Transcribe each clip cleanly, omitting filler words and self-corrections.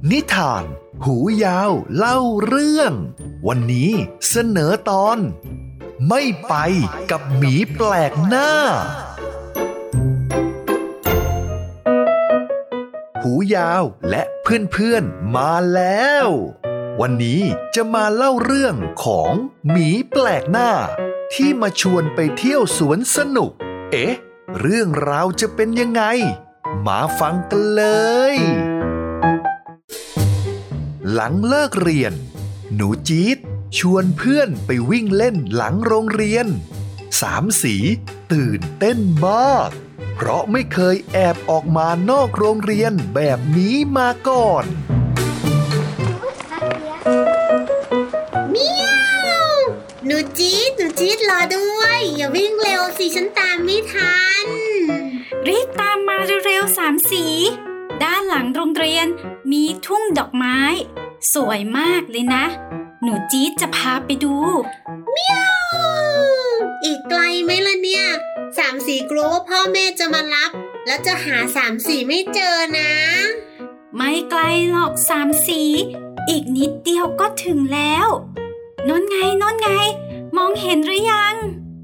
นิทานหูยาวเล่าเรื่องวันนี้เสนอตอนไม่ไปกับหมีแปลกหน้าหูยาวและเพื่อนๆมาแล้ววันนี้จะมาเล่าเรื่องของหมีแปลกหน้าที่มาชวนไปเที่ยวสวนสนุกเรื่องราวจะเป็นยังไงมาฟังกันเลยหลังเลิกเรียนหนูจี๊ดชวนเพื่อนไปวิ่งเล่นหลังโรงเรียนสามสีตื่นเต้นมากเพราะไม่เคยแอบออกมานอกโรงเรียนแบบนี้มาก่อนเมียวหนูจี๊ดรอด้วยอย่าวิ่งเร็วสิฉันตามไม่ทันรีบตามมาเร็วๆสามสีด้านหลังโรงเรียนมีทุ่งดอกไม้สวยมากเลยนะหนูจี๊ดจะพาไปดูเมียวอีกไกลไหมล่ะเนี่ยสามสีกลัวว่าพ่อแม่จะมารับแล้วจะหาสามสีไม่เจอนะไม่ไกลหรอกสามสีอีกนิดเดียวก็ถึงแล้วโน่นไงมองเห็นหรือยัง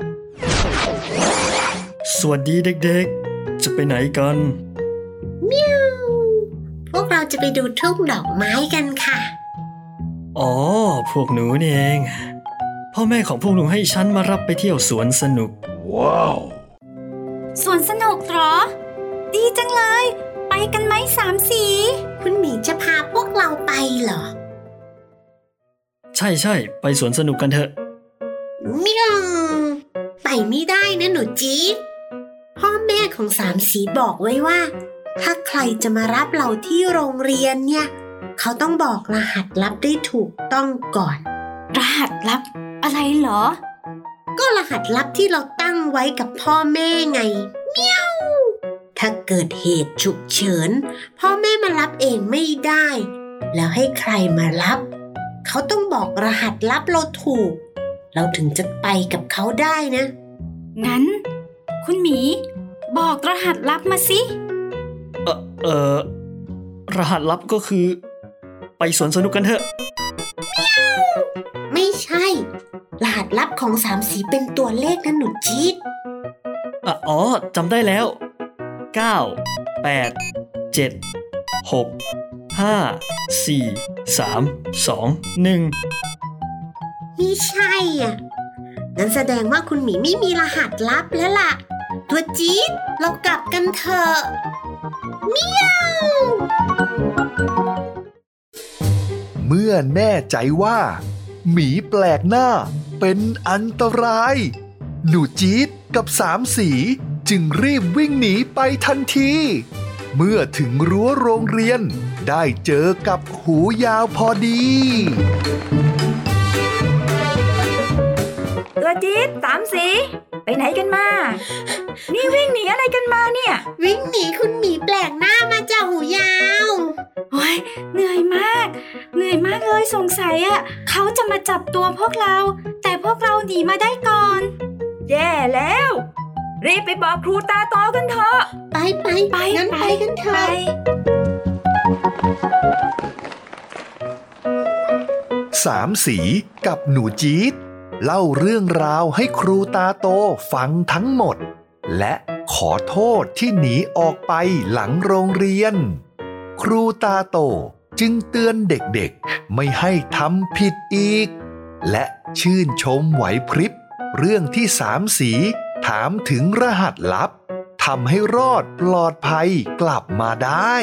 สวัสดีเด็กๆจะไปไหนกันเมียวพวกเราจะไปดูทุ่งดอกไม้กันค่ะอ๋อพวกหนูนี่เองพ่อแม่ของพวกหนูให้ฉันมารับไปเที่ยวสวนสนุกว้าวสวนสนุกเหรอดีจังเลยไปกันไหมสามสีคุณหมีจะพาพวกเราไปเหรอใช่ไปสวนสนุกกันเถอะเมียวไปไม่ได้นะหนูจี๊ดพ่อแม่ของสามสีบอกไว้ว่าถ้าใครจะมารับเราที่โรงเรียนเนี่ยเขาต้องบอกรหัสลับได้ถูกต้องก่อนรหัสลับอะไรเหรอก็รหัสลับที่เราตั้งไว้กับพ่อแม่ไงเมียวถ้าเกิดเหตุฉุกเฉินพ่อแม่มารับเองไม่ได้แล้วให้ใครมารับเขาต้องบอกรหัสลับเราถูกเราถึงจะไปกับเขาได้นะงั้นคุณหมีบอกรหัสลับมาสิรหัสลับก็คือไปสวนสนุกกันเถอะไม่ใช่รหัสลับของสามสีเป็นตัวเลขนะหนูจี๊ดอ๋อจำได้แล้ว9 8 7 6 5 4 3 2 1 ไม่ใช่งั้นแสดงว่าคุณหมีไม่มีรหัสลับแล้วล่ะตัวจี๊ดเรากลับกันเถอะเมียวเมื่อแน่ใจว่าหมีแปลกหน้าเป็นอันตรายหนูจี๊ดกับสามสีจึงรีบวิ่งหนีไปทันทีเมื่อถึงรั้วโรงเรียนได้เจอกับหูยาวพอดีตัวจี๊ดสามสีไปไหนกันมานี่วิ่งหนีอะไรกันมาเนี่ยวิ่งหนีคุณหมีแปลกหน้ามาจ้ะหูยาวโอ๊ยเหนื่อยมากเลยสงสัยเขาจะมาจับตัวพวกเราแต่พวกเราหนีมาได้ก่อนแย่แล้วรีบไปบอกครูตาโตกันเถอะไปงั้นไปกันเถอะสามสีกับหนูจี๊ดเล่าเรื่องราวให้ครูตาโตฟังทั้งหมดและขอโทษที่หนีออกไปหลังโรงเรียนครูตาโตจึงเตือนเด็กๆไม่ให้ทำผิดอีกและชื่นชมไหวพริบเรื่องที่สามสีถามถึงรหัสลับทำให้รอดปลอดภัยกลับมาได้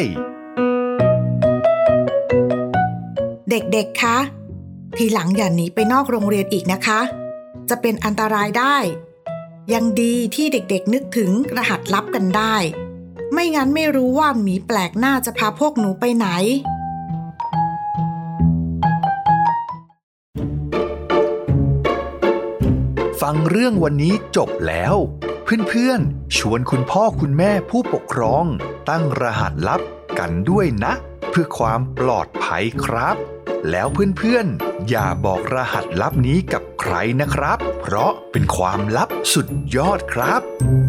เด็กๆคะทีหลังอย่าหนีไปนอกโรงเรียนอีกนะคะจะเป็นอันตรายได้ยังดีที่เด็กๆนึกถึงรหัสลับกันได้ไม่งั้นไม่รู้ว่าหมีแปลกหน้าจะพาพวกหนูไปไหนฟังเรื่องวันนี้จบแล้วเพื่อนๆชวนคุณพ่อคุณแม่ผู้ปกครองตั้งรหัสลับกันด้วยนะเพื่อความปลอดภัยครับแล้วเพื่อนๆอย่าบอกรหัสลับนี้กับใครนะครับเพราะเป็นความลับสุดยอดครับ